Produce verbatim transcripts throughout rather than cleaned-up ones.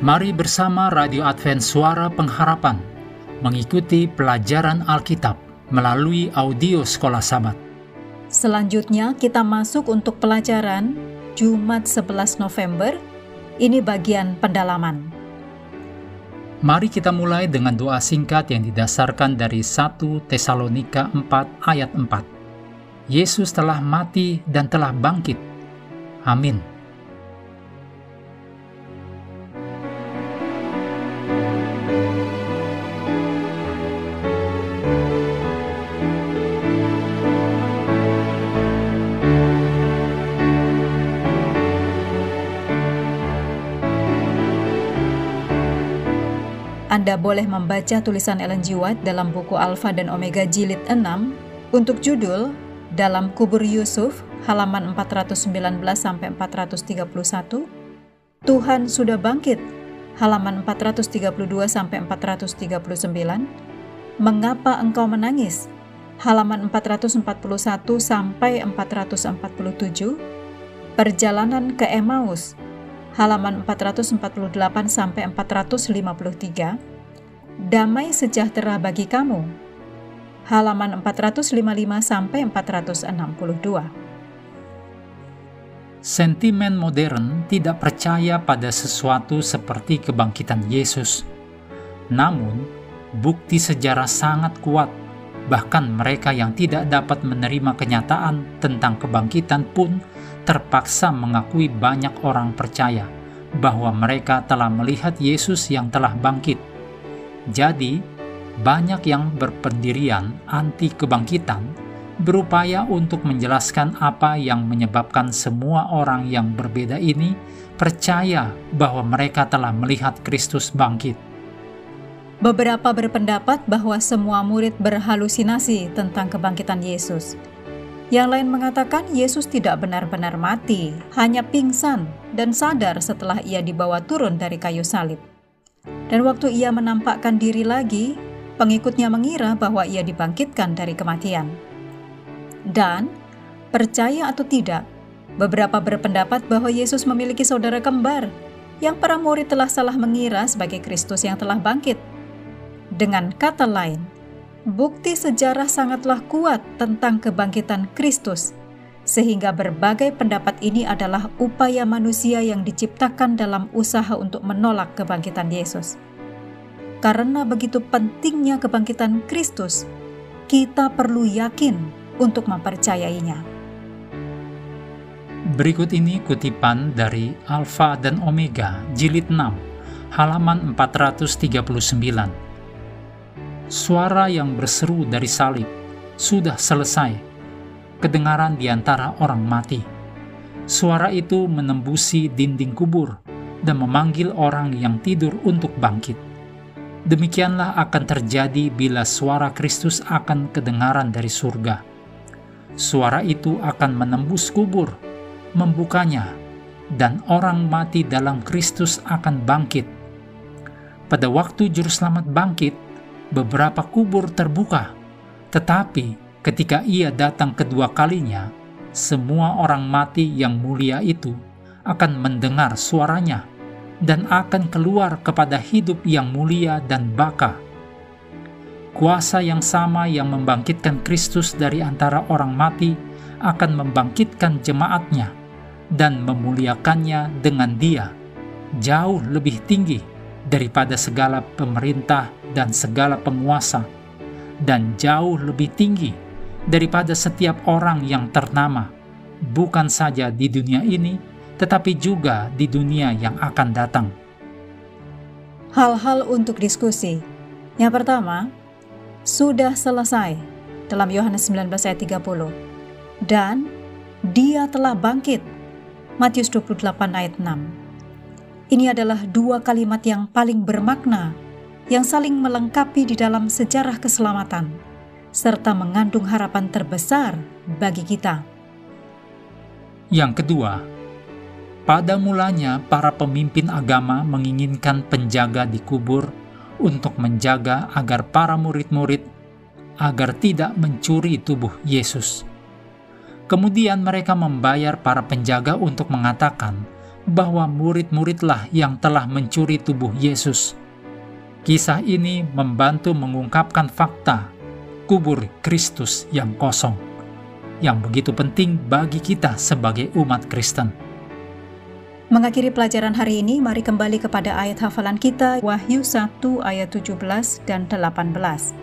Mari bersama Radio Advent Suara Pengharapan mengikuti pelajaran Alkitab melalui audio Sekolah Sabat. Selanjutnya kita masuk untuk pelajaran Jumat sebelas November. Ini bagian pendalaman. Mari kita mulai dengan doa singkat yang didasarkan dari satu Tesalonika empat ayat empat. Yesus telah mati dan telah bangkit. Amin. Anda boleh membaca tulisan Ellen G. White dalam buku Alfa dan Omega Jilid enam untuk judul Dalam Kubur Yusuf, halaman empat ratus sembilan belas sampai empat ratus tiga puluh satu, Tuhan sudah bangkit, halaman empat ratus tiga puluh dua sampai empat ratus tiga puluh sembilan, Mengapa engkau menangis, halaman empat ratus empat puluh satu sampai empat ratus empat puluh tujuh, Perjalanan ke Emmaus, halaman empat ratus empat puluh delapan sampai empat ratus lima puluh tiga, Damai sejahtera bagi kamu, halaman empat ratus lima puluh lima sampai empat ratus enam puluh dua. Sentimen modern tidak percaya pada sesuatu seperti kebangkitan Yesus. Namun, bukti sejarah sangat kuat. Bahkan mereka yang tidak dapat menerima kenyataan tentang kebangkitan pun terpaksa mengakui banyak orang percaya bahwa mereka telah melihat Yesus yang telah bangkit. Jadi, banyak yang berpendirian anti kebangkitan berupaya untuk menjelaskan apa yang menyebabkan semua orang yang berbeda ini percaya bahwa mereka telah melihat Kristus bangkit. Beberapa berpendapat bahwa semua murid berhalusinasi tentang kebangkitan Yesus. Yang lain mengatakan Yesus tidak benar-benar mati, hanya pingsan dan sadar setelah ia dibawa turun dari kayu salib. Dan waktu ia menampakkan diri lagi, pengikutnya mengira bahwa ia dibangkitkan dari kematian. Dan, percaya atau tidak, beberapa berpendapat bahwa Yesus memiliki saudara kembar yang para murid telah salah mengira sebagai Kristus yang telah bangkit. Dengan kata lain, bukti sejarah sangatlah kuat tentang kebangkitan Kristus, sehingga berbagai pendapat ini adalah upaya manusia yang diciptakan dalam usaha untuk menolak kebangkitan Yesus. Karena begitu pentingnya kebangkitan Kristus, kita perlu yakin untuk mempercayainya. Berikut ini kutipan dari Alfa dan Omega, Jilid enam, halaman empat ratus tiga puluh sembilan. Suara yang berseru dari salib, sudah selesai, kedengaran di antara orang mati. Suara itu menembusi dinding kubur dan memanggil orang yang tidur untuk bangkit. Demikianlah akan terjadi bila suara Kristus akan kedengaran dari surga. Suara itu akan menembus kubur, membukanya, dan orang mati dalam Kristus akan bangkit. Pada waktu Juru Selamat bangkit, beberapa kubur terbuka, tetapi ketika ia datang kedua kalinya, semua orang mati yang mulia itu akan mendengar suaranya dan akan keluar kepada hidup yang mulia dan baka. Kuasa yang sama yang membangkitkan Kristus dari antara orang mati akan membangkitkan jemaatnya dan memuliakannya dengan Dia jauh lebih tinggi daripada segala pemerintah dan segala penguasa, dan jauh lebih tinggi daripada setiap orang yang ternama, bukan saja di dunia ini, tetapi juga di dunia yang akan datang. Hal-hal untuk diskusi. Yang pertama, sudah selesai dalam Yohanes sembilan belas ayat tiga puluh. Dan Dia telah bangkit, Matius dua puluh delapan ayat enam. Ini adalah dua kalimat yang paling bermakna, yang saling melengkapi di dalam sejarah keselamatan, serta mengandung harapan terbesar bagi kita. Yang kedua, pada mulanya para pemimpin agama menginginkan penjaga di kubur untuk menjaga agar para murid-murid agar tidak mencuri tubuh Yesus. Kemudian mereka membayar para penjaga untuk mengatakan bahwa murid-muridlah yang telah mencuri tubuh Yesus. Kisah ini membantu mengungkapkan fakta kubur Kristus yang kosong, yang begitu penting bagi kita sebagai umat Kristen. Mengakhiri pelajaran hari ini, mari kembali kepada ayat hafalan kita, Wahyu satu ayat tujuh belas dan delapan belas.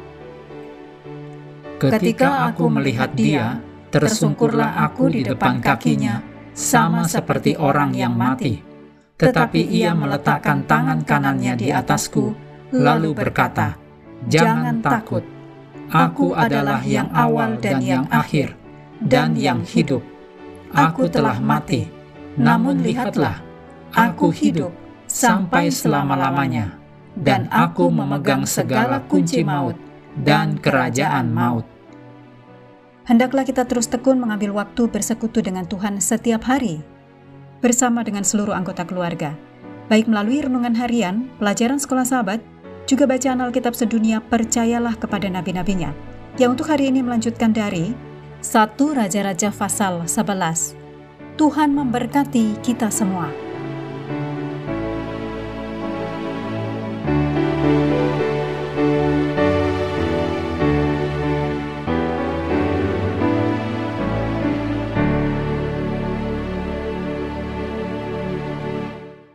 Ketika aku melihat dia, tersungkurlah aku di depan kakinya, sama seperti orang yang mati. Tetapi ia meletakkan tangan kanannya di atasku, lalu berkata, "Jangan takut, aku adalah yang awal dan yang akhir, dan yang hidup. Aku telah mati, namun lihatlah, aku hidup sampai selama-lamanya, dan aku memegang segala kunci maut dan kerajaan maut." Hendaklah kita terus tekun mengambil waktu bersekutu dengan Tuhan setiap hari, bersama dengan seluruh anggota keluarga, baik melalui renungan harian, pelajaran sekolah sahabat, juga bacaan Alkitab sedunia Percayalah kepada nabi-nabinya, yang untuk hari ini melanjutkan dari satu Raja-Raja pasal sebelas. Tuhan memberkati kita semua.